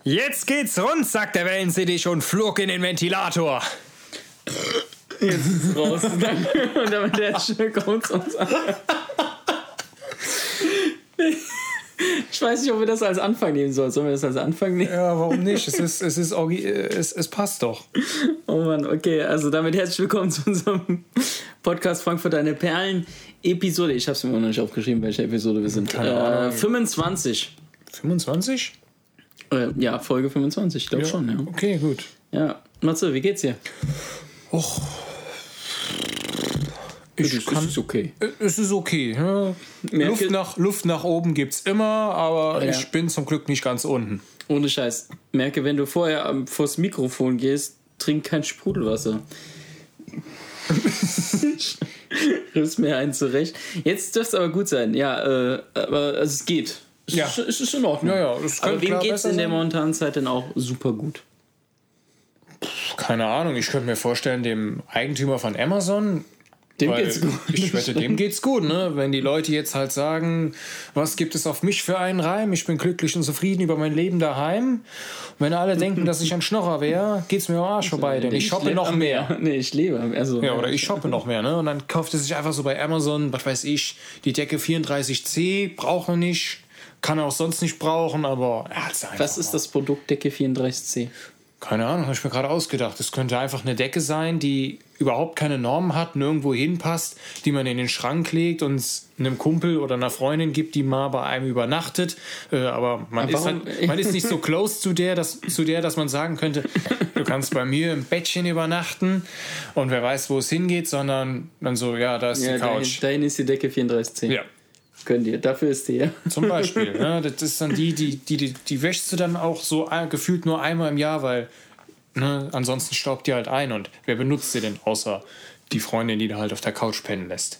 Jetzt geht's rund, sagt der Wellensittich und flog in den Ventilator. Jetzt ist es raus. Und damit herzlich willkommen zu uns. Ich weiß nicht, ob wir das als Anfang nehmen sollen. Sollen wir das als Anfang nehmen? Ja, warum nicht? Es passt doch. Oh Mann, okay. Also damit herzlich willkommen zu unserem Podcast Frankfurt eine Perlen Episode. Ich habe es mir auch noch nicht aufgeschrieben, welche Episode wir sind. 25. 25? Ja, Folge 25, ich glaube schon. Ja. Okay, gut. Ja, Matze, wie geht's dir? Och. Es ist okay. Es ist okay. Ja. Luft nach oben gibt's immer, aber ich bin zum Glück nicht ganz unten. Ohne Scheiß. Merke, wenn du vorher vors Mikrofon gehst, trink kein Sprudelwasser. Riss mir einen zurecht. Jetzt dürfte es aber gut sein. Ja, aber also es geht. Es ist in Ordnung. Ja, aber wem geht es in der momentanen Zeit denn auch super gut? Keine Ahnung. Ich könnte mir vorstellen, dem Eigentümer von Amazon... Dem geht's gut. Ich wette, dem geht's gut, ne? Wenn die Leute jetzt halt sagen, was gibt es auf mich für einen Reim? Ich bin glücklich und zufrieden über mein Leben daheim. Und wenn alle denken, dass ich ein Schnorrer wäre, geht's mir am Arsch vorbei, denn ich shoppe noch mehr. Nee, ich lebe. Also, ja, oder ich shoppe noch mehr, ne? Und dann kauft er sich einfach so bei Amazon, was weiß ich, die Decke 34C, braucht er nicht, kann er auch sonst nicht brauchen, aber er hat's einfach. Was ist das Produkt Decke 34C? Keine Ahnung, habe ich mir gerade ausgedacht. Es könnte einfach eine Decke sein, die überhaupt keine Normen hat, nirgendwo hinpasst, die man in den Schrank legt und es einem Kumpel oder einer Freundin gibt, die mal bei einem übernachtet. Aber man ist nicht so close zu der, dass man sagen könnte, du kannst bei mir im Bettchen übernachten und wer weiß, wo es hingeht, sondern dann so, ja, da ist die Couch. Dahin ist die Decke 34C. Ja. Könnt ihr, dafür ist die, ja. Zum Beispiel, ne? Das ist dann die wäschst du dann auch so gefühlt nur einmal im Jahr, weil ansonsten staubt die halt ein. Und wer benutzt sie denn, außer die Freundin, die da halt auf der Couch pennen lässt?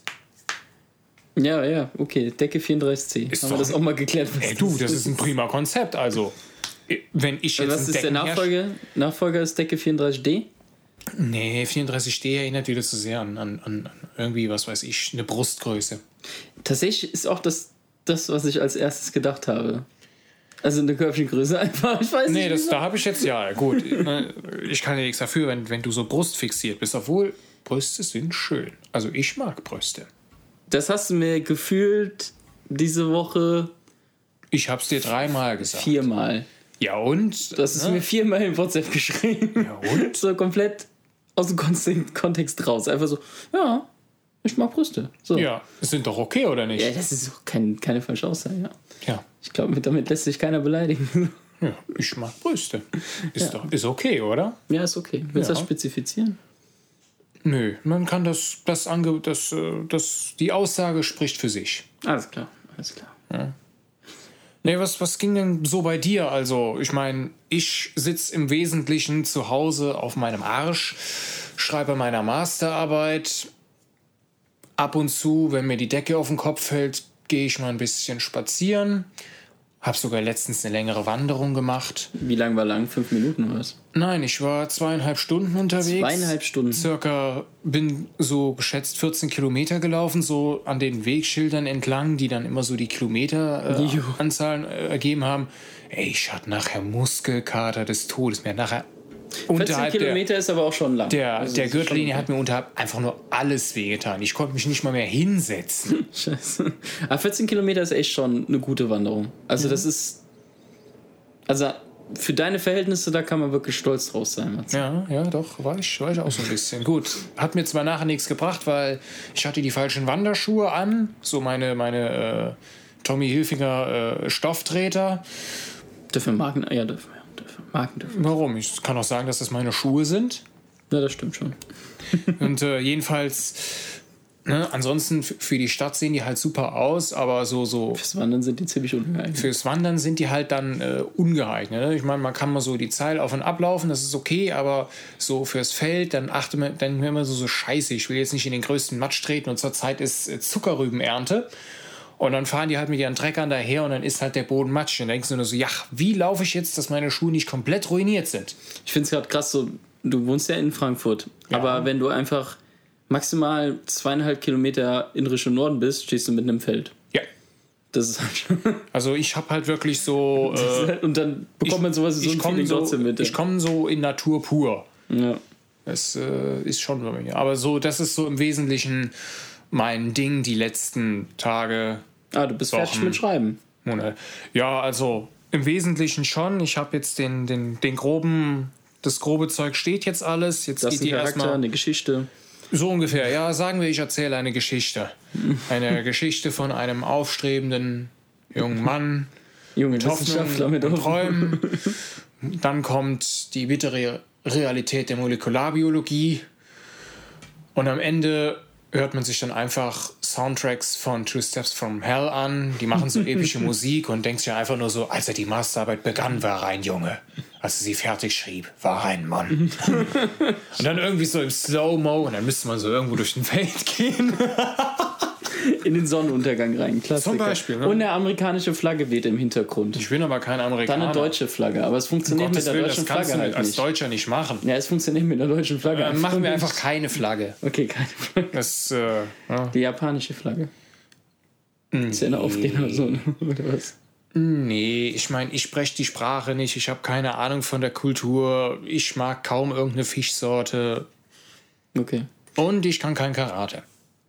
Ja, okay, Decke 34C. Haben wir das auch mal geklärt? Das ist ein prima Konzept. Also, wenn ich jetzt was ist der Nachfolger ist Decke 34D? Nee, 34D erinnert wieder zu sehr an irgendwie, was weiß ich, eine Brustgröße. Tatsächlich ist auch das, was ich als erstes gedacht habe. Also eine Körbchengröße einfach. Ich weiß nicht. Da habe ich jetzt, ja, gut. Ich kann ja nichts dafür, wenn du so brustfixiert bist. Obwohl, Brüste sind schön. Also ich mag Brüste. Das hast du mir gefühlt diese Woche. Ich habe es dir 3-mal gesagt. 4-mal. Ja und? Das ist mir 4-mal in WhatsApp geschrieben. Ja und? So komplett aus dem Kontext raus. Einfach so, ja, ich mag Brüste. So. Ja, sind doch okay, oder nicht? Ja, das ist auch keine falsche Aussage, ja. Ja. Ich glaube, damit lässt sich keiner beleidigen. Ja, ich mag Brüste. Ist okay, oder? Ja, ist okay. Willst du das spezifizieren? Nö, man kann die Aussage spricht für sich. Alles klar. Ja. Nee, was ging denn so bei dir? Also, ich meine, ich sitze im Wesentlichen zu Hause auf meinem Arsch, schreibe meiner Masterarbeit. Ab und zu, wenn mir die Decke auf den Kopf fällt, gehe ich mal ein bisschen spazieren. Hab sogar letztens eine längere Wanderung gemacht. Wie lang war lang? 5 Minuten oder was? Nein, ich war 2,5 Stunden unterwegs. 2,5 Stunden? Bin so geschätzt 14 Kilometer gelaufen, so an den Wegschildern entlang, die dann immer so die Kilometeranzahlen ergeben haben. Ey, ich hatte nachher Muskelkater des Todes. Mir nachher 14 Kilometer ist aber auch schon lang. Der Gürtellinie hat mir unterhalb einfach nur alles wehgetan. Ich konnte mich nicht mal mehr hinsetzen. Scheiße. Aber 14 Kilometer ist echt schon eine gute Wanderung. Also das ist... Also für deine Verhältnisse, da kann man wirklich stolz draus sein. Mats. Ja, doch, war ich auch so ein bisschen. Gut, hat mir zwar nachher nichts gebracht, weil ich hatte die falschen Wanderschuhe an. So meine Tommy Hilfiger Stofftreter. Dürfen Marken... Ja, dürfen. Marken dürfen. Warum? Ich kann auch sagen, dass das meine Schuhe sind. Ja, das stimmt schon. Und jedenfalls, ansonsten für die Stadt sehen die halt super aus, aber so... Fürs Wandern sind die ziemlich ungeeignet. Fürs Wandern sind die halt dann ungeeignet. Ne? Ich meine, man kann mal so die Zeile auf und ablaufen, das ist okay, aber so fürs Feld, dann denkt man immer so scheiße, ich will jetzt nicht in den größten Matsch treten und zurzeit ist Zuckerrübenernte. Und dann fahren die halt mit ihren Treckern daher und dann ist halt der Boden matschig. Und dann denkst du nur so, ja, wie laufe ich jetzt, dass meine Schuhe nicht komplett ruiniert sind? Ich finde es gerade krass so, du wohnst ja in Frankfurt, aber wenn du einfach maximal 2,5 Kilometer in Richtung Norden bist, stehst du mitten im Feld. Ja. Das ist halt schon. Also ich habe halt wirklich so... und dann bekommt man sowas so ein Feeling trotzdem mit. Ich komme so in Natur pur. Ja. Das ist schon bei mir. Aber so, das ist so im Wesentlichen mein Ding die letzten Tage. Du bist fertig mit Schreiben. Monate. Ja, also im Wesentlichen schon. Ich habe jetzt das grobe Zeug steht jetzt alles. Jetzt das geht die erstmal eine Geschichte. So ungefähr, ja, sagen wir, ich erzähle eine Geschichte. Eine Geschichte von einem aufstrebenden jungen Mann. Junge Wissenschaftler mit Träumen. Dann kommt die bittere Realität der Molekularbiologie. Und am Ende hört man sich dann einfach Soundtracks von Two Steps from Hell an. Die machen so epische Musik und denkt sich einfach nur so, als er die Masterarbeit begann, war er ein Junge. Als er sie fertig schrieb, war er ein Mann. Und dann irgendwie so im Slow-Mo und dann müsste man so irgendwo durch den Wald gehen. In den Sonnenuntergang rein, Klassiker. Zum Beispiel, ne? Und eine amerikanische Flagge weht im Hintergrund. Ich bin aber kein Amerikaner. Dann eine deutsche Flagge, aber es funktioniert mit der deutschen Flagge halt nicht. Als Deutscher nicht machen. Ja, es funktioniert mit der deutschen Flagge. Dann machen wir einfach keine Flagge. Okay, keine Flagge. Das, ja. Die japanische Flagge. Ist ja eine Aufdehnung so, oder was? Nee, ich meine, ich spreche die Sprache nicht, ich habe keine Ahnung von der Kultur, ich mag kaum irgendeine Fischsorte. Okay. Und ich kann kein Karate.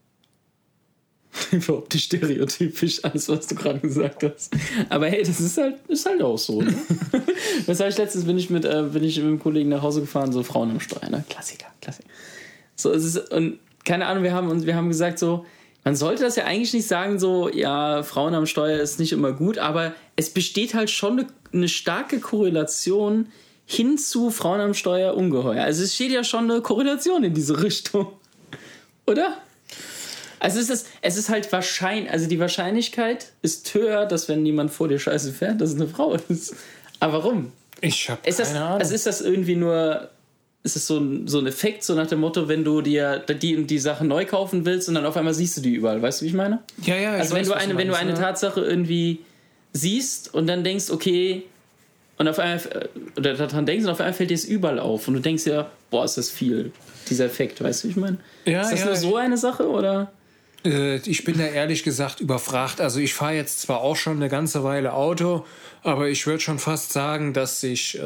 Überhaupt nicht stereotypisch, alles, was du gerade gesagt hast. Aber hey, das ist halt auch so. Ne? Das habe ich letztens, bin ich mit einem Kollegen nach Hause gefahren, so Frauen am Steuer, ne? Klassiker. So, es ist, und keine Ahnung, wir haben gesagt so, man sollte das ja eigentlich nicht sagen, so, ja, Frauen am Steuer ist nicht immer gut, aber es besteht halt schon eine starke Korrelation hin zu Frauen am Steuer ungeheuer. Also es steht ja schon eine Korrelation in diese Richtung. Oder? Also es ist halt wahrscheinlich, also die Wahrscheinlichkeit ist höher, dass wenn jemand vor dir scheiße fährt, dass es eine Frau ist. Aber warum? Ich habe keine Ahnung. Also ist das irgendwie nur... Ist es so ein Effekt, so nach dem Motto, wenn du dir die Sachen neu kaufen willst und dann auf einmal siehst du die überall, weißt du, wie ich meine? Ja, ja. Also wenn du eine Tatsache irgendwie siehst und dann denkst, okay, und auf einmal, oder daran denkst und auf einmal fällt dir es überall auf und du denkst ja, boah, ist das viel, dieser Effekt, weißt du, wie ich meine? Ja, ist das nur so eine Sache, oder? Ich bin da ehrlich gesagt überfragt. Also ich fahre jetzt zwar auch schon eine ganze Weile Auto, aber ich würde schon fast sagen, dass sich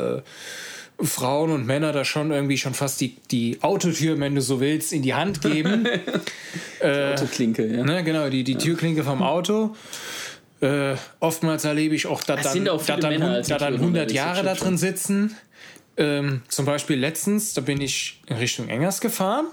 Frauen und Männer da schon irgendwie schon fast die Autotür, wenn du so willst, in die Hand geben. Die Autoklinke, ja. Ne, genau, die Türklinke vom Auto. Oftmals erlebe ich auch, dass dann 100 Jahre da drin sitzen. Zum Beispiel letztens, da bin ich in Richtung Engers gefahren.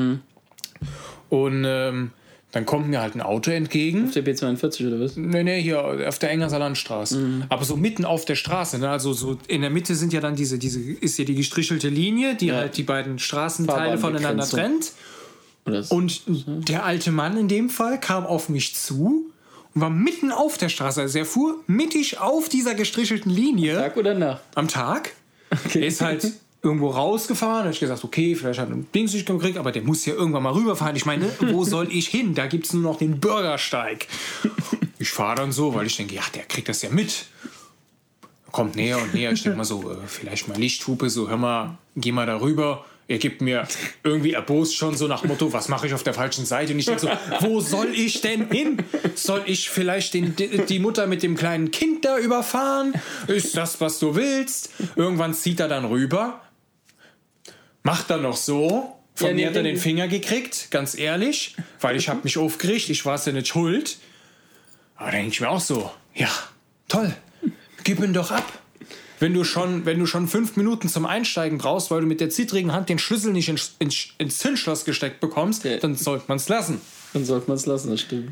Und dann kommt mir halt ein Auto entgegen. Auf der B42 oder was? Nee, hier auf der Engerser Landstraße. Aber so mitten auf der Straße. Ne? Also so in der Mitte sind ja dann ist ja die gestrichelte Linie, die halt die beiden Straßenteile voneinander trennt. Und der alte Mann in dem Fall kam auf mich zu und war mitten auf der Straße. Also er fuhr mittig auf dieser gestrichelten Linie. Am Tag oder Nacht? Am Tag. Okay. Er ist halt irgendwo rausgefahren. Da habe ich gesagt, okay, vielleicht hat er ein Dings nicht gekriegt, aber der muss ja irgendwann mal rüberfahren. Ich meine, wo soll ich hin? Da gibt es nur noch den Bürgersteig. Ich fahre dann so, weil ich denke, ja, der kriegt das ja mit. Kommt näher und näher. Ich denke mal so, vielleicht mal Lichthupe, so, hör mal, geh mal da rüber. Er gibt mir irgendwie erbost schon so nach Motto, was mache ich auf der falschen Seite? Und ich denke so, wo soll ich denn hin? Soll ich vielleicht die Mutter mit dem kleinen Kind da überfahren? Ist das, was du willst? Irgendwann zieht er dann rüber. Macht er noch so. Von mir hat er den Finger gekriegt, ganz ehrlich. Weil ich habe mich aufgeregt, ich war es ja nicht schuld. Aber da denke ich mir auch so, ja, toll, gib ihn doch ab. Wenn du schon 5 Minuten zum Einsteigen brauchst, weil du mit der zittrigen Hand den Schlüssel nicht ins Zündschloss gesteckt bekommst, dann sollte man es lassen. Das stimmt.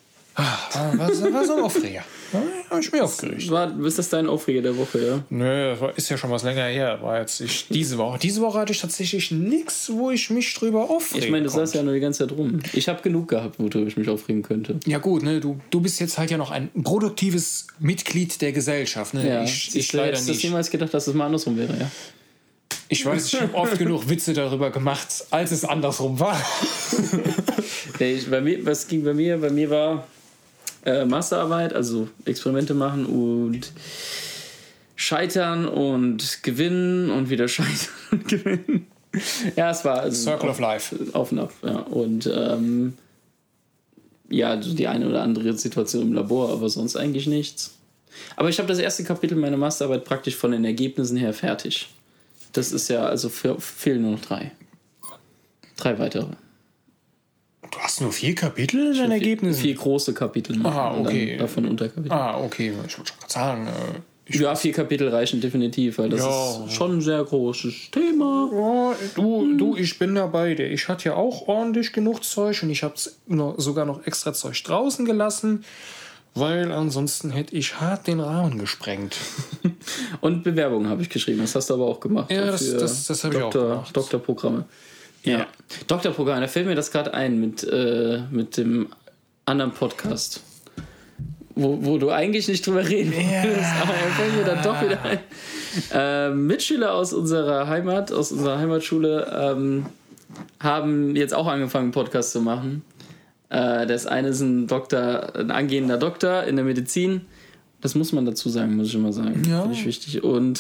Was so ein Aufreger. Habe ich mich aufgeregt. Ist das dein Aufreger der Woche, ja? Nö, ist ja schon was länger her. War jetzt diese Woche. Diese Woche hatte ich tatsächlich nichts, wo ich mich drüber aufregen Ich meine, du saßt ja nur die ganze Zeit rum. Ich habe genug gehabt, worüber ich mich aufregen könnte. Ja gut, ne, du bist jetzt halt ja noch ein produktives Mitglied der Gesellschaft. Ne? Ja, ich leider nicht. Hast du jemals gedacht, dass es mal andersrum wäre, ja? Ich weiß, ich habe oft genug Witze darüber gemacht, als es andersrum war. Bei mir war Masterarbeit, also Experimente machen und scheitern und gewinnen und wieder scheitern und gewinnen. Ja, es war... Also Circle of Life. Auf und ab, ja. Und ja, die eine oder andere Situation im Labor, aber sonst eigentlich nichts. Aber ich habe das erste Kapitel meiner Masterarbeit praktisch von den Ergebnissen her fertig. Das ist ja, also fehlen nur noch 3. 3 weitere. Du hast nur 4 Kapitel in deinen Ergebnissen? 4 große Kapitel. Ah, okay. Und dann davon Unterkapitel. Ah, okay. Ich wollte schon gerade sagen. Ja, 4 Kapitel reichen definitiv, weil das ist schon ein sehr großes Thema. Ja, ich bin dabei. Ich hatte ja auch ordentlich genug Zeug und ich habe sogar noch extra Zeug draußen gelassen, weil ansonsten hätte ich hart den Rahmen gesprengt. Und Bewerbungen habe ich geschrieben, das hast du aber auch gemacht. Ja, das habe ich auch gemacht. Doktorprogramme. Ja. Doktorprogramme, da fällt mir das gerade ein mit dem anderen Podcast. Wo du eigentlich nicht drüber reden willst, aber er fällt mir dann doch wieder ein. Mitschüler aus unserer Heimatschule, haben jetzt auch angefangen, einen Podcast zu machen. Das eine ist ein angehender Doktor in der Medizin. Das muss man dazu sagen, muss ich immer sagen. Ja. Finde ich wichtig. Und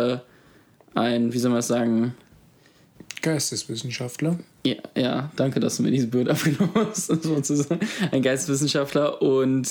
ein, wie soll man das sagen? Geisteswissenschaftler. Ja, danke, dass du mir diese Bürde abgenommen hast. Ein Geisteswissenschaftler und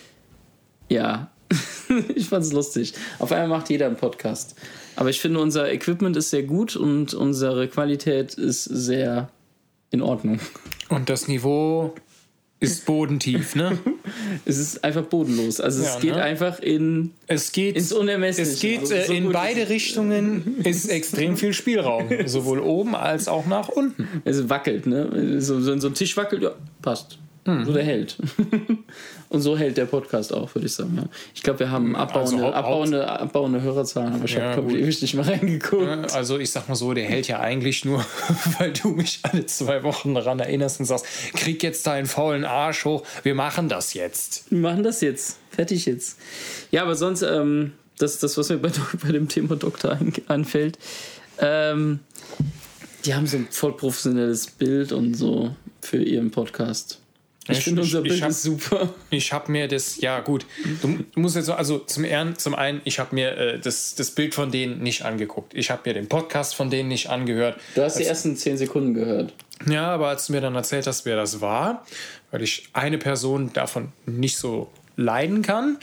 ja, ich fand es lustig. Auf einmal macht jeder einen Podcast. Aber ich finde, unser Equipment ist sehr gut und unsere Qualität ist sehr in Ordnung. Und das Niveau ist bodentief, ne? Es ist einfach bodenlos. Also es geht einfach ins Unermessliche. Es geht in beide Richtungen, ist extrem viel Spielraum. Sowohl oben als auch nach unten. Es wackelt, ne? So ein Tisch wackelt, ja, passt. So der hält. Und so hält der Podcast auch, würde ich sagen. Ja. Ich glaube, wir haben abbauende Hörerzahlen, aber ich habe, glaube ich, ewig nicht mal reingeguckt. Also ich sag mal so, der hält ja eigentlich nur, weil du mich alle 2 Wochen daran erinnerst und sagst, krieg jetzt deinen faulen Arsch hoch, wir machen das jetzt. Wir machen das jetzt. Fertig jetzt. Ja, aber sonst, das was mir bei dem Thema Doktor anfällt, die haben so ein voll professionelles Bild und so für ihren Podcast. Ich finde unser Bild ist super. Ich habe mir das, ja gut, du musst jetzt so, also zum einen, ich habe mir das Bild von denen nicht angeguckt. Ich habe mir den Podcast von denen nicht angehört. Du hast die ersten 10 Sekunden gehört. Ja, aber als du mir dann erzählt hast, wer das war, weil ich eine Person davon nicht so leiden kann,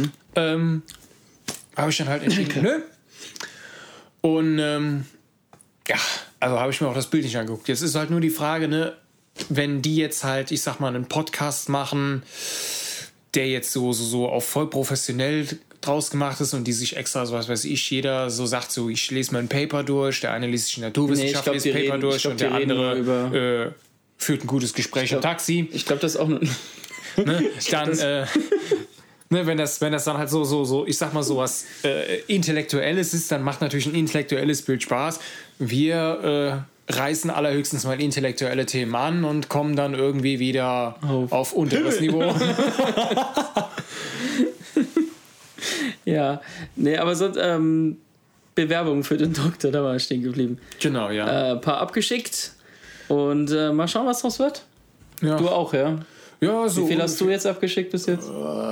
habe ich dann halt entschieden, nö. Und ja, also habe ich mir auch das Bild nicht angeguckt. Jetzt ist halt nur die Frage, ne, wenn die jetzt halt, ich sag mal, einen Podcast machen, der jetzt so auf voll professionell draus gemacht ist und die sich extra, so was weiß ich, jeder so sagt, so ich lese mal ein Paper durch, der eine liest sich Naturwissenschaft, liest Paper durch und der andere führt ein gutes Gespräch im Taxi. Ich glaube, das ist auch nur... Ne? Dann, wenn das dann halt so, ich sag mal, so was Intellektuelles ist, dann macht natürlich ein intellektuelles Bild Spaß. Wir reißen allerhöchstens mal intellektuelle Themen an und kommen dann irgendwie wieder auf unteres Niveau. Ja, nee, aber sonst Bewerbungen für den Doktor, da war ich stehen geblieben. Genau, ja. Ein paar abgeschickt und mal schauen, was draus wird. Ja. Du auch, ja? Ja, so. Wie viel hast du jetzt abgeschickt bis jetzt?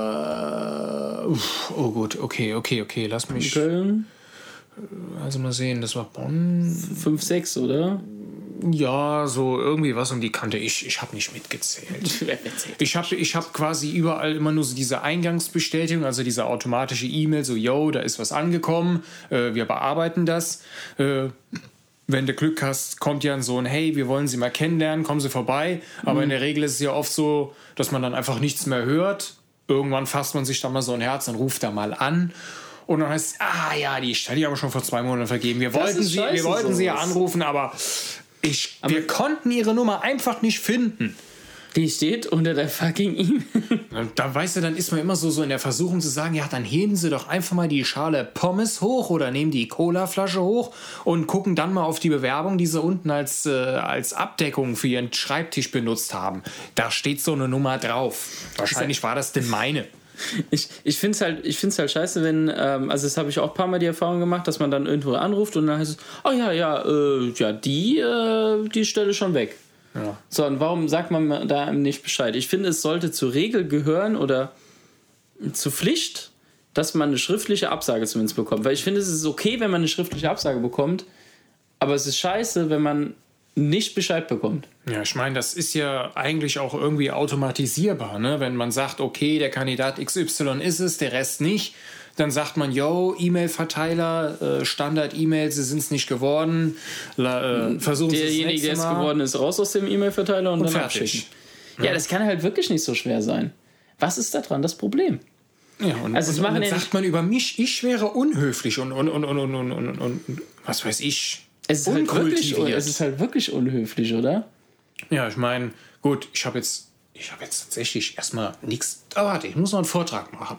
Oh gut, okay, lass mich... Köln? Also mal sehen, das war Bonn. 5, 6, oder? Ja, so irgendwie was um die Kante. Ich habe nicht mitgezählt. Ich hab quasi überall immer nur so diese Eingangsbestätigung, also diese automatische E-Mail, so, yo, da ist was angekommen, wir bearbeiten das. Wenn du Glück hast, kommt ja so ein, hey, wir wollen Sie mal kennenlernen, kommen Sie vorbei. Aber in der Regel ist es ja oft so, dass man dann einfach nichts mehr hört. Irgendwann fasst man sich dann mal so ein Herz und ruft da mal an. Und dann heißt es, ja, die Stelle haben wir schon vor 2 Monaten vergeben. Wir wollten sie ja anrufen, aber wir konnten ihre Nummer einfach nicht finden. Die steht unter der fucking E-Mail. Da weißt du, dann ist man immer so in der Versuchung zu sagen, ja, dann heben sie doch einfach mal die Schale Pommes hoch oder nehmen die Colaflasche hoch und gucken dann mal auf die Bewerbung, die sie unten als Abdeckung für ihren Schreibtisch benutzt haben. Da steht so eine Nummer drauf. Wahrscheinlich war das denn meine. Ich finde es halt scheiße, wenn, also das habe ich auch ein paar Mal die Erfahrung gemacht, dass man dann irgendwo anruft und dann heißt es, die Stelle schon weg. Ja. So, und warum sagt man da nicht Bescheid? Ich finde, es sollte zur Regel gehören oder zur Pflicht, dass man eine schriftliche Absage zumindest bekommt. Weil ich finde, es ist okay, wenn man eine schriftliche Absage bekommt, aber es ist scheiße, wenn man nicht Bescheid bekommt. Ja, ich meine, das ist ja eigentlich auch irgendwie automatisierbar, ne? Wenn man sagt, okay, der Kandidat XY ist es, der Rest nicht, dann sagt man, yo, E-Mail-Verteiler, Standard-E-Mail, sie sind es nicht geworden, versuchen sie es Derjenige, der es geworden ist, raus aus dem E-Mail-Verteiler und dann fertig. abschicken. Ja, das kann halt wirklich nicht so schwer sein. Was ist da dran das Problem? Ja, und, Also und dann sagt man über mich, ich wäre unhöflich und was weiß ich. Es ist halt wirklich unhöflich, oder? Ja, ich meine, gut, ich habe jetzt tatsächlich erstmal nichts. Aber warte, ich muss noch einen Vortrag machen.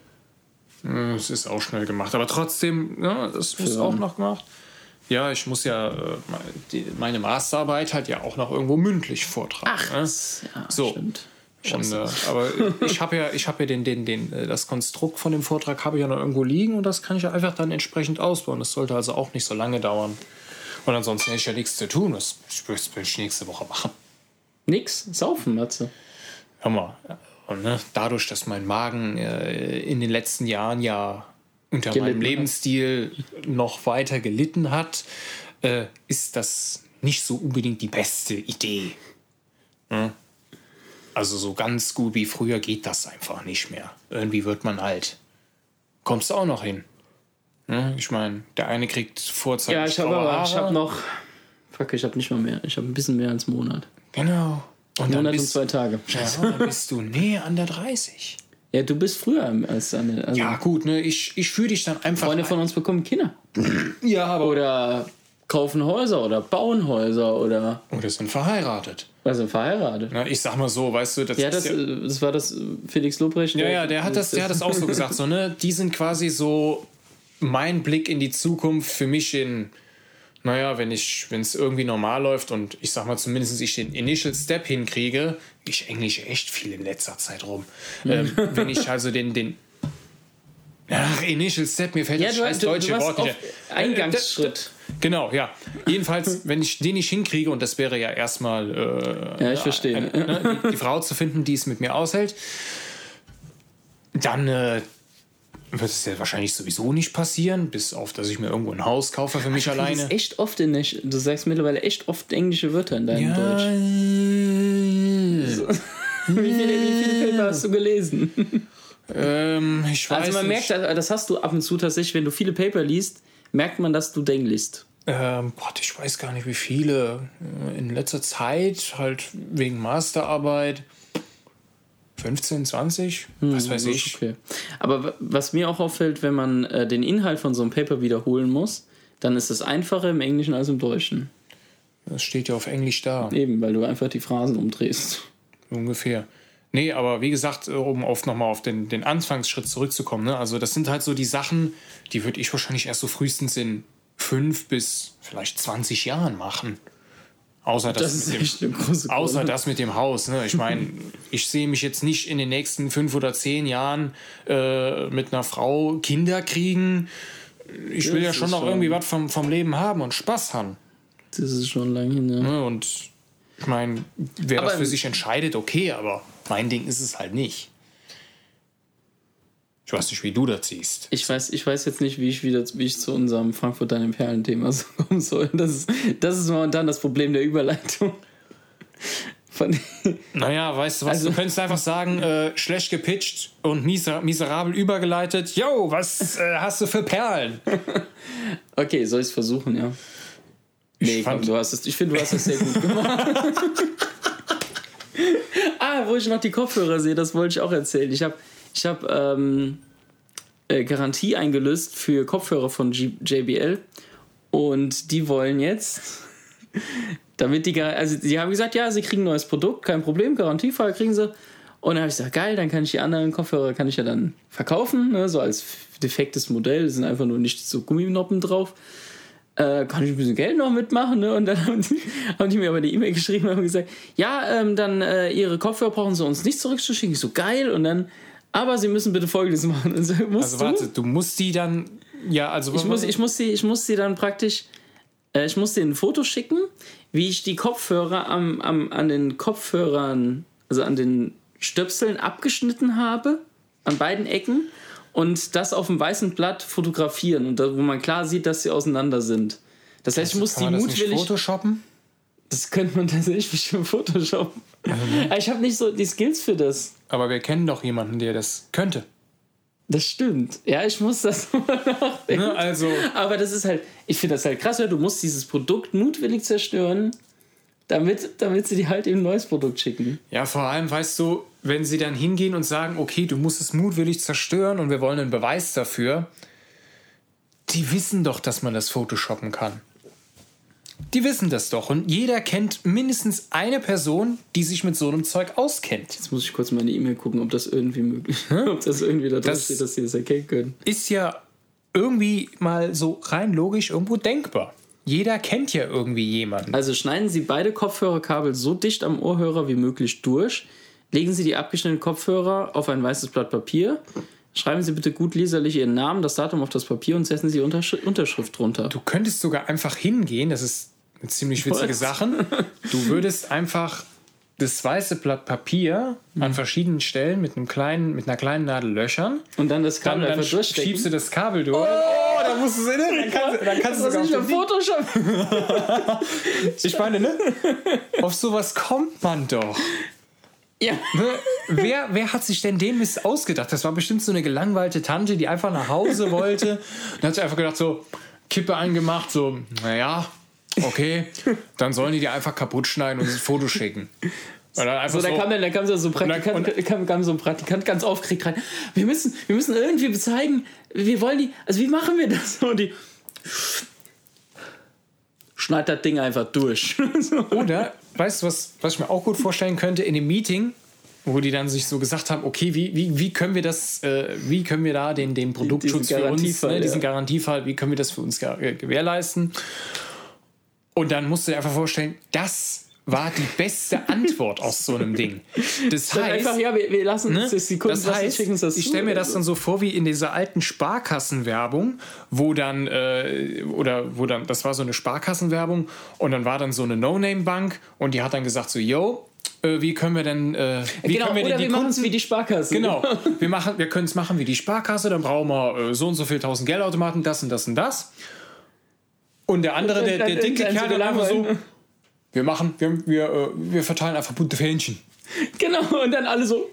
Es ist auch schnell gemacht, aber trotzdem, ja, das ist auch noch gemacht. Ja, ich muss ja meine Masterarbeit halt ja auch noch irgendwo mündlich vortragen. Ach, ne? Ja, so. Stimmt. Und, aber ich habe ja das Konstrukt von dem Vortrag habe ich ja noch irgendwo liegen und das kann ich ja einfach dann entsprechend ausbauen. Das sollte also auch nicht so lange dauern. Und ansonsten hätte ich ja nichts zu tun. Das will ich nächste Woche machen. Nix? Saufen, Matze. Hör mal. Und, ne, dadurch, dass mein Magen in den letzten Jahren ja unter meinem Lebensstil noch weiter gelitten hat, ist das nicht so unbedingt die beste Idee. Hm? Also so ganz gut wie früher geht das einfach nicht mehr. Irgendwie wird man alt. Kommst du auch noch hin? Hm? Ich meine, der eine kriegt vorzeitig. Ja, ich habe noch. Fuck, ich habe nicht mal mehr. Ich habe ein bisschen mehr als einen Monat. Genau. Und Monat und 2 Tage. Ja, dann bist du näher an der 30. Ja, du bist früher als eine. Also ja, gut, ne? Ich fühle dich dann einfach. Freunde von uns bekommen Kinder. Ja, aber. Oder kaufen Häuser oder bauen Häuser oder. Oder sind verheiratet. Also verheiratet. Na, ich sag mal so, weißt du, das war das Felix Lobrecht. Ja, der hat das auch so gesagt. So, ne? Die sind quasi so mein Blick in die Zukunft für mich naja, wenn es irgendwie normal läuft und ich sag mal zumindest ich den Initial Step hinkriege, ich englische echt viel in letzter Zeit rum. Wenn ich also Initial Step, mir fällt das scheiß deutsche Wort nicht. Eingangsschritt. Genau, ja. Jedenfalls, wenn ich den nicht hinkriege, und das wäre ja erstmal ich verstehe. Die Frau zu finden, die es mit mir aushält, dann wird es ja wahrscheinlich sowieso nicht passieren, bis auf, dass ich mir irgendwo ein Haus kaufe für mich alleine. Du echt oft du sagst mittlerweile echt oft englische Wörter in deinem Deutsch. Wie viele Paper hast du gelesen? Ich weiß also man nicht. merkt, das hast du ab und zu tatsächlich, wenn du viele Paper liest, merkt man, dass du dengliest. Ich weiß gar nicht, wie viele. In letzter Zeit, halt wegen Masterarbeit, 15, 20, was weiß ich. Okay. Aber was mir auch auffällt, wenn man den Inhalt von so einem Paper wiederholen muss, dann ist es einfacher im Englischen als im Deutschen. Das steht ja auf Englisch da. Eben, weil du einfach die Phrasen umdrehst. Ungefähr. Nee, aber wie gesagt, um nochmal auf den Anfangsschritt zurückzukommen, ne? Also das sind halt so die Sachen, die würde ich wahrscheinlich erst so frühestens in 5 bis vielleicht 20 Jahren machen. Außer das mit dem Haus. Ne? Ich meine, ich sehe mich jetzt nicht in den nächsten 5 oder 10 Jahren mit einer Frau Kinder kriegen. Ich will ja schon noch irgendwie was vom Leben haben und Spaß haben. Das ist schon lange hin, ja. Und ich meine, wer das für sich entscheidet, okay, aber mein Ding ist es halt nicht. Ich weiß nicht, wie du das siehst. Ich weiß jetzt nicht, wie ich zu unserem Frankfurt deine Perlen-Thema so kommen soll. Das ist momentan das Problem der Überleitung. Naja, weißt du was, du könntest einfach sagen, schlecht gepitcht und miserabel übergeleitet. Yo, was hast du für Perlen? Okay, soll ich es versuchen, ja? Nee, komm, ich finde, du hast es sehr gut gemacht. Wo ich noch die Kopfhörer sehe, das wollte ich auch erzählen. Ich habe Garantie eingelöst für Kopfhörer von JBL und die wollen jetzt, damit die haben gesagt, ja, sie kriegen ein neues Produkt, kein Problem, Garantiefall kriegen sie. Und dann habe ich gesagt, geil, dann kann ich die anderen Kopfhörer ja dann verkaufen, ne, so als defektes Modell, da sind einfach nur nicht so Gumminoppen drauf. Kann ich ein bisschen Geld noch mitmachen, ne? Und dann haben die mir aber eine E-Mail geschrieben und haben gesagt, ja, dann ihre Kopfhörer brauchen sie uns nicht zurückzuschicken. Ich so, geil. Und dann, aber sie müssen bitte Folgendes machen. Also warte, du musst die dann, ja, also... Ich muss die dann praktisch, ich muss denen ein Foto schicken, wie ich die Kopfhörer an den Kopfhörern, also an den Stöpseln abgeschnitten habe, an beiden Ecken. Und das auf dem weißen Blatt fotografieren und da, wo man klar sieht, dass sie auseinander sind. Das heißt, ich muss die mutwillig. Photoshoppen? Das könnte man tatsächlich bestimmt photoshoppen. Aber ich habe nicht so die Skills für das. Aber wir kennen doch jemanden, der das könnte. Das stimmt. Ja, ich muss das mal nachdenken. Ne, also. Aber das ist halt, ich finde das halt krass, weil du musst dieses Produkt mutwillig zerstören, damit sie dir halt eben ein neues Produkt schicken. Ja, vor allem, weißt du, wenn sie dann hingehen und sagen, okay, du musst es mutwillig zerstören und wir wollen einen Beweis dafür, die wissen doch, dass man das photoshoppen kann. Die wissen das doch. Und jeder kennt mindestens eine Person, die sich mit so einem Zeug auskennt. Jetzt muss ich kurz meine E-Mail gucken, ob das irgendwie möglich ist. Ob das irgendwie da drin steht, dass sie das erkennen können. Ist ja irgendwie mal so rein logisch irgendwo denkbar. Jeder kennt ja irgendwie jemanden. Also schneiden Sie beide Kopfhörerkabel so dicht am Ohrhörer wie möglich durch. Legen Sie die abgeschnittenen Kopfhörer auf ein weißes Blatt Papier. Schreiben Sie bitte gut leserlich Ihren Namen, das Datum auf das Papier und setzen Sie Unterschrift drunter. Du könntest sogar einfach hingehen, das ist eine ziemlich witzige Sache. Du würdest einfach das weiße Blatt Papier an verschiedenen Stellen mit einer kleinen Nadel löchern. Und dann das Kabel dann einfach durchstecken. schiebst du das Kabel durch. Oh, da musst du es in. Dann kannst du das ist nicht mehr Photoshop. Ich meine, ne? Auf sowas kommt man doch. Ja. Ne? Wer hat sich denn den Mist ausgedacht? Das war bestimmt so eine gelangweilte Tante, die einfach nach Hause wollte. Und hat sich einfach gedacht, so, Kippe angemacht, so, naja, okay, dann sollen die einfach kaputt schneiden und das Foto schicken. Und dann einfach dann kam so ein Praktikant ganz aufgeregt rein. Wir müssen irgendwie bezeigen, wir wollen die, also wie machen wir das? Und die schneid das Ding einfach durch. Oder, weißt du, was ich mir auch gut vorstellen könnte, in dem Meeting, wo die dann sich so gesagt haben, okay, wie können wir das, wie können wir da den Produktschutz für uns, diesen Garantiefall, wie können wir das für uns gewährleisten? Und dann musst du dir einfach vorstellen, das war die beste Antwort aus so einem Ding. Das heißt, einfach, ja, wir lassen uns die Kunden, das heißt, schicken uns das ich stelle mir das dann so vor wie in dieser alten Sparkassenwerbung, wo dann, das war so eine Sparkassenwerbung und dann war dann so eine No-Name-Bank und die hat dann gesagt so, yo, wie können wir denn, wir machen es wie die Sparkasse. Genau, wir können es machen wie die Sparkasse, dann brauchen wir so und so viel 1000 Geldautomaten, das und das und das. Und der andere, der dicke Kerl, dann einfach so, wir verteilen einfach bunte Fähnchen. Genau, und dann alle so.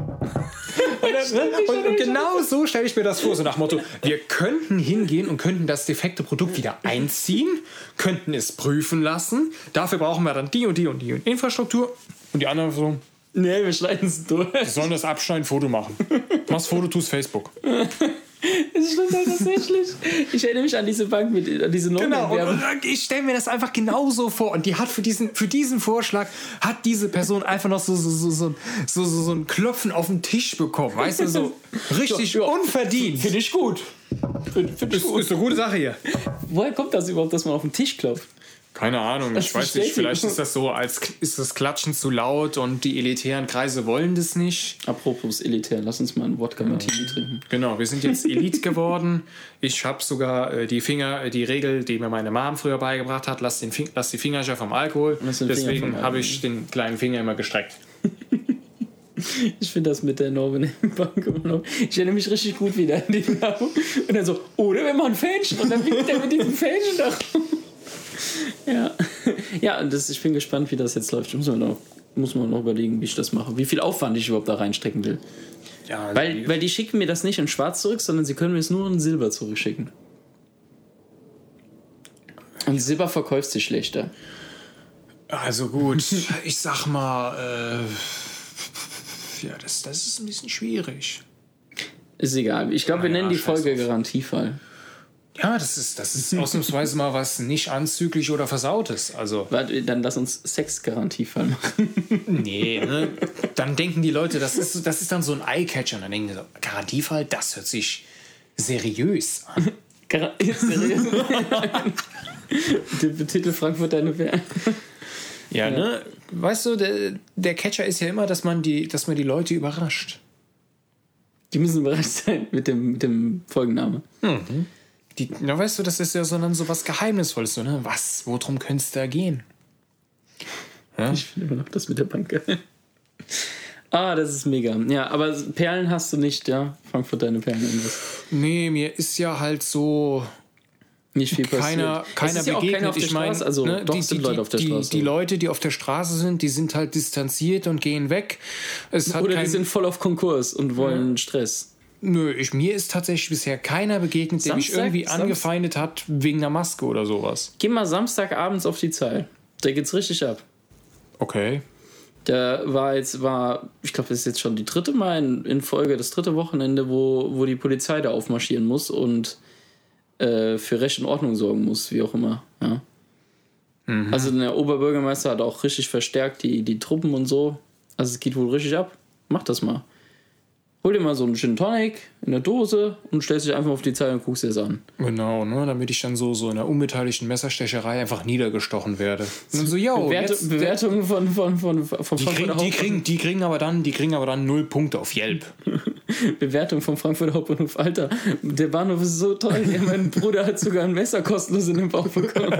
Und genau so stelle ich mir das vor, so nach Motto, wir könnten hingehen und könnten das defekte Produkt wieder einziehen, könnten es prüfen lassen, dafür brauchen wir dann die und die und die Infrastruktur und die anderen so, nee, wir schneiden es durch. Wir sollen das abschneiden, Foto machen. Machst Foto, tust Facebook. Das stimmt halt tatsächlich. Ich erinnere mich an diese Bank, an diese Genau, und ich stelle mir das einfach genauso vor. Und die hat für diesen Vorschlag hat diese Person einfach noch so ein Klopfen auf den Tisch bekommen. Weißt du, so richtig unverdient. Finde ich gut. Ist eine gute Sache hier. Woher kommt das überhaupt, dass man auf den Tisch klopft? Keine Ahnung, ich weiß nicht, vielleicht ist das so, ist das Klatschen zu laut und die elitären Kreise wollen das nicht. Apropos elitär, lass uns mal einen Wodka Martini trinken. Genau, wir sind jetzt Elite geworden. Ich habe sogar die Regel, die mir meine Mom früher beigebracht hat, lass die Finger vom Alkohol. Deswegen habe ich den kleinen Finger immer gestreckt. Ich finde das mit der Northern Bank immer noch. Ich erinnere mich richtig gut wieder an die Werbung. Und dann so, oder wir machen Fähnchen. Und dann winkt der mit diesem Fähnchen da rum. Ja, und ich bin gespannt, wie das jetzt läuft. Muss man noch überlegen, wie ich das mache. Wie viel Aufwand ich überhaupt da reinstecken will. Ja, weil die schicken mir das nicht in schwarz zurück, sondern sie können mir es nur in Silber zurückschicken. Und Silber verkauft sich schlechter. Also gut, ich sag mal, das ist ein bisschen schwierig. Ist egal. Ich glaube, wir nennen die Folge Garantiefall. Ja, das ist ausnahmsweise mal was nicht anzüglich oder Versautes. Also, dann lass uns Sexgarantiefall machen. Nee, ne? Dann denken die Leute, das ist dann so ein Eyecatcher. Und dann denken die so, Garantiefall, das hört sich seriös an. Seriös? Der Titel Frankfurt deine Bär. Ja, ne? Weißt du, der Catcher ist ja immer, dass man die Leute überrascht. Die müssen überrascht sein mit dem Folgenname. Mhm. Weißt du, das ist ja so was Geheimnisvolles, so, ne? Worum könnte es da gehen? Ja? Ich finde immer noch das mit der Bank. Das ist mega. Ja, aber Perlen hast du nicht, ja? Frankfurt deine Perlen irgendwas. Nee, mir ist ja halt so nicht viel passiert. Keiner Es ist ja auch begegnet. keiner auf der Ich meine, Straße, also doch sind Leute auf der Straße. Die Leute, die auf der Straße sind, die sind halt distanziert und gehen weg. Oder die sind voll auf Konkurs und wollen Stress. Nö, mir ist tatsächlich bisher keiner begegnet, der mich irgendwie angefeindet hat wegen einer Maske oder sowas. Geh mal Samstagabends auf die Zeil. Da geht's richtig ab. Okay. Da ich glaube, das ist jetzt schon die dritte Mal in Folge, das dritte Wochenende, wo die Polizei da aufmarschieren muss und für Recht und Ordnung sorgen muss, wie auch immer. Ja. Mhm. Also der Oberbürgermeister hat auch richtig verstärkt die Truppen und so. Also es geht wohl richtig ab. Mach das mal. Hol dir mal so einen Gin Tonic in der Dose und stellst dich einfach auf die Zeile und guckst dir das an. Genau, ne, damit ich dann so in einer unbeteiligten Messerstecherei einfach niedergestochen werde. Und dann so, Bewertungen von Frankfurt die kriegen aber dann 0 Punkte auf Yelp. Bewertung vom Frankfurter Hauptbahnhof. Alter, der Bahnhof ist so toll. Ja, mein Bruder hat sogar ein Messer kostenlos in den Bauch bekommen.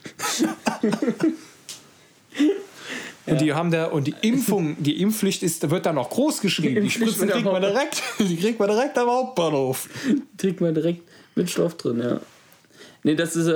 Und die Impfpflicht wird da noch groß geschrieben. Die Spritzen kriegt man direkt am Hauptbahnhof. Kriegt man direkt mit Stoff drin, ja. Nee, das ist,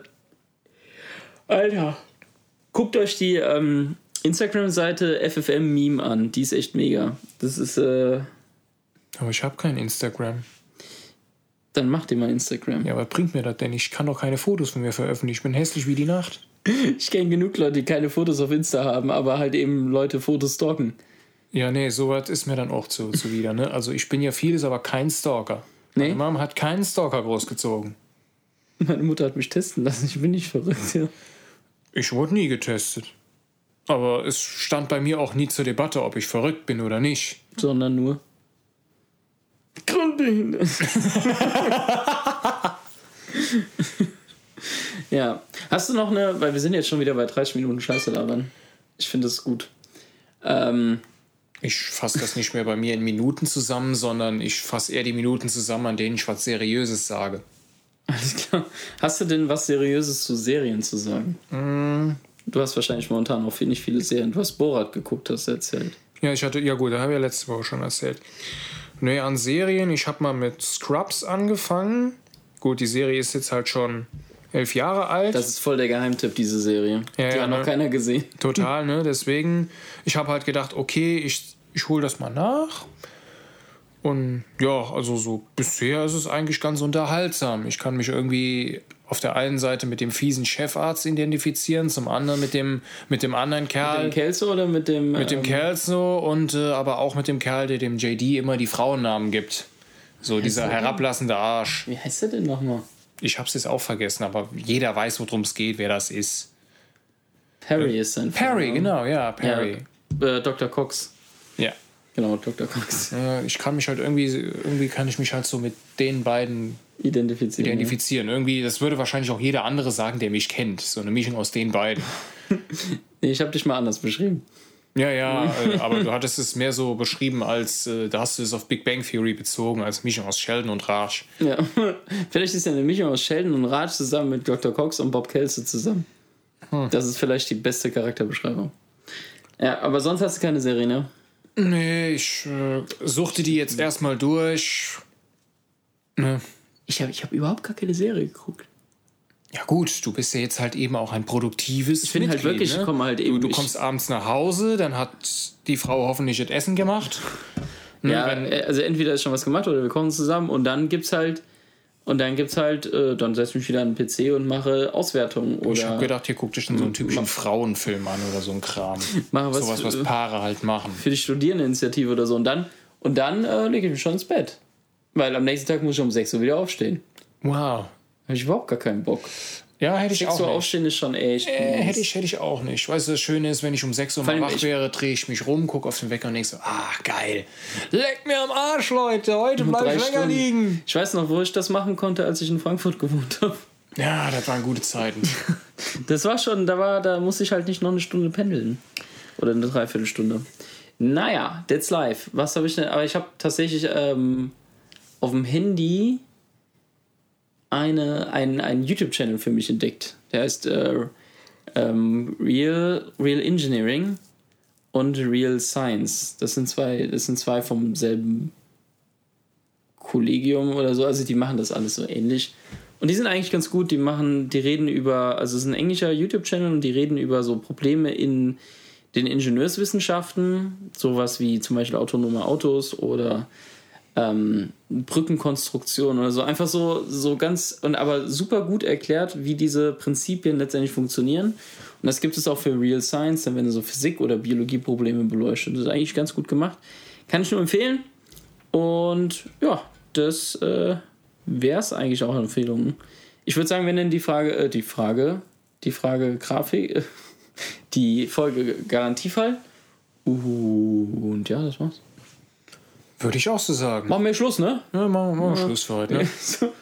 Alter. Guckt euch die Instagram-Seite FFM Meme an. Die ist echt mega. Das ist, Aber ich habe kein Instagram. Dann mach dir mal Instagram. Ja, was bringt mir das denn? Ich kann doch keine Fotos von mir veröffentlichen. Ich bin hässlich wie die Nacht. Ich kenne genug Leute, die keine Fotos auf Insta haben, aber halt eben Leute Fotos stalken. Ja, nee, sowas ist mir dann auch zuwider, ne? Also ich bin ja vieles, aber kein Stalker. Nee? Meine Mama hat keinen Stalker großgezogen. Meine Mutter hat mich testen lassen, ich bin nicht verrückt, ja. Ich wurde nie getestet. Aber es stand bei mir auch nie zur Debatte, ob ich verrückt bin oder nicht. Sondern nur grundbehindert. Ja. Hast du noch weil wir sind jetzt schon wieder bei 30 Minuten Scheiße labern. Ich finde das gut. Ich fasse das nicht mehr bei mir in Minuten zusammen, sondern ich fasse eher die Minuten zusammen, an denen ich was Seriöses sage. Alles klar. Hast du denn was Seriöses zu Serien zu sagen? Du hast wahrscheinlich momentan auch nicht viele Serien. Du hast Borat geguckt, hast du erzählt. Ja, gut, da habe ich ja letzte Woche schon erzählt. Nee, an Serien, ich habe mal mit Scrubs angefangen. Gut, die Serie ist jetzt halt schon 11 Jahre alt. Das ist voll der Geheimtipp, diese Serie. Ja, die hat noch keiner gesehen. Total, ne? Deswegen, ich habe halt gedacht, okay, ich hole das mal nach. Und ja, also so bisher ist es eigentlich ganz unterhaltsam. Ich kann mich irgendwie auf der einen Seite mit dem fiesen Chefarzt identifizieren, zum anderen mit dem anderen Kerl. Mit dem Kelso oder mit dem... Mit dem Kelso und aber auch mit dem Kerl, der dem JD immer die Frauennamen gibt. So dieser herablassende Arsch. Wie heißt der denn nochmal? Ich hab's jetzt auch vergessen, aber jeder weiß, worum es geht, wer das ist. Perry ist sein Perry, genau, ja, Perry. Ja, Dr. Cox. Ja. Genau, Dr. Cox. Ich kann mich halt irgendwie kann ich mich halt so mit den beiden identifizieren. Ja. Irgendwie, das würde wahrscheinlich auch jeder andere sagen, der mich kennt. So eine Mischung aus den beiden. Nee, ich habe dich mal anders beschrieben. Ja, aber du hattest es mehr so beschrieben als, da hast du es auf Big Bang Theory bezogen, als Mischung aus Sheldon und Raj. Ja, vielleicht ist ja eine Mischung aus Sheldon und Raj zusammen mit Dr. Cox und Bob Kelso zusammen. Das ist vielleicht die beste Charakterbeschreibung. Ja, aber sonst hast du keine Serie, ne? Nee, ich suchte die jetzt erstmal durch. Ne. Ich hab überhaupt gar keine Serie geguckt. Ja gut, du bist ja jetzt halt eben auch ein produktives Ich finde halt wirklich, ne? ich komme halt eben... Du kommst abends nach Hause, dann hat die Frau hoffentlich das Essen gemacht. Ne, ja, also entweder ist schon was gemacht oder wir kochen zusammen und dann gibt's halt... dann setze ich mich wieder an den PC und mache Auswertungen. Oder ich habe gedacht, hier guck dich dann so einen typischen Frauenfilm an oder so ein Kram. Sowas, was Paare halt machen. Für die Studierendeninitiative oder so. Und dann lege ich mich schon ins Bett. Weil am nächsten Tag muss ich um 6 Uhr wieder aufstehen. Wow. Habe ich überhaupt gar keinen Bock. Ja, hätte ich auch nicht. 6 Uhr aufstehen ist schon echt... Hätte ich auch nicht. Weißt du, das Schöne ist, wenn ich um 6 Uhr mal wach wäre, drehe ich mich rum, gucke auf den Wecker und denke so, geil. Leck mir am Arsch, Leute. Heute bleibe ich länger liegen. Ich weiß noch, wo ich das machen konnte, als ich in Frankfurt gewohnt habe. Ja, das waren gute Zeiten. Das war schon, da musste ich halt nicht noch eine Stunde pendeln. Oder eine Dreiviertelstunde. Naja, that's life. Was habe ich denn... Aber ich habe tatsächlich auf dem Handy einen YouTube-Channel für mich entdeckt. Der heißt Real Engineering und Real Science. Das sind zwei vom selben Kollegium oder so. Also die machen das alles so ähnlich. Und die sind eigentlich ganz gut. Die reden über, also es ist ein englischer YouTube-Channel und die reden über so Probleme in den Ingenieurswissenschaften, sowas wie zum Beispiel autonome Autos oder Brückenkonstruktion oder so. Einfach so ganz, und aber super gut erklärt, wie diese Prinzipien letztendlich funktionieren. Und das gibt es auch für Real Science, dann werden so Physik- oder Biologieprobleme beleuchtet. Das ist eigentlich ganz gut gemacht. Kann ich nur empfehlen. Und ja, das wäre es eigentlich auch an Empfehlungen. Ich würde sagen, wenn denn die Frage Grafik, die Folge Garantiefall. Und ja, das war's. Würde ich auch so sagen. Machen wir Schluss, ne? Ja, machen wir Schluss für heute, ne?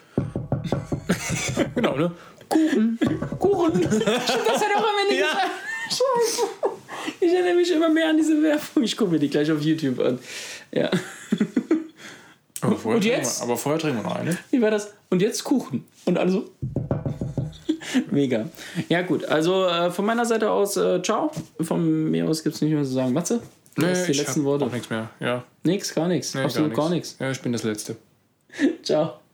Genau, ne? Kuchen. Das hat auch am Ende gesagt. Scheiße. Ich erinnere mich immer mehr an diese Werbung. Ich gucke mir die gleich auf YouTube an. Ja. Aber vorher trinken wir noch eine. Wie war das? Und jetzt Kuchen. Und alle so. Mega. Ja, gut. Also von meiner Seite aus, ciao. Von mir aus gibt es nicht mehr zu sagen. Matze? Nee, die letzten Worte. Auch nichts mehr. Ja. Nix, gar nichts. Nee, absolut gar nichts. Ja, ich bin das Letzte. Ciao.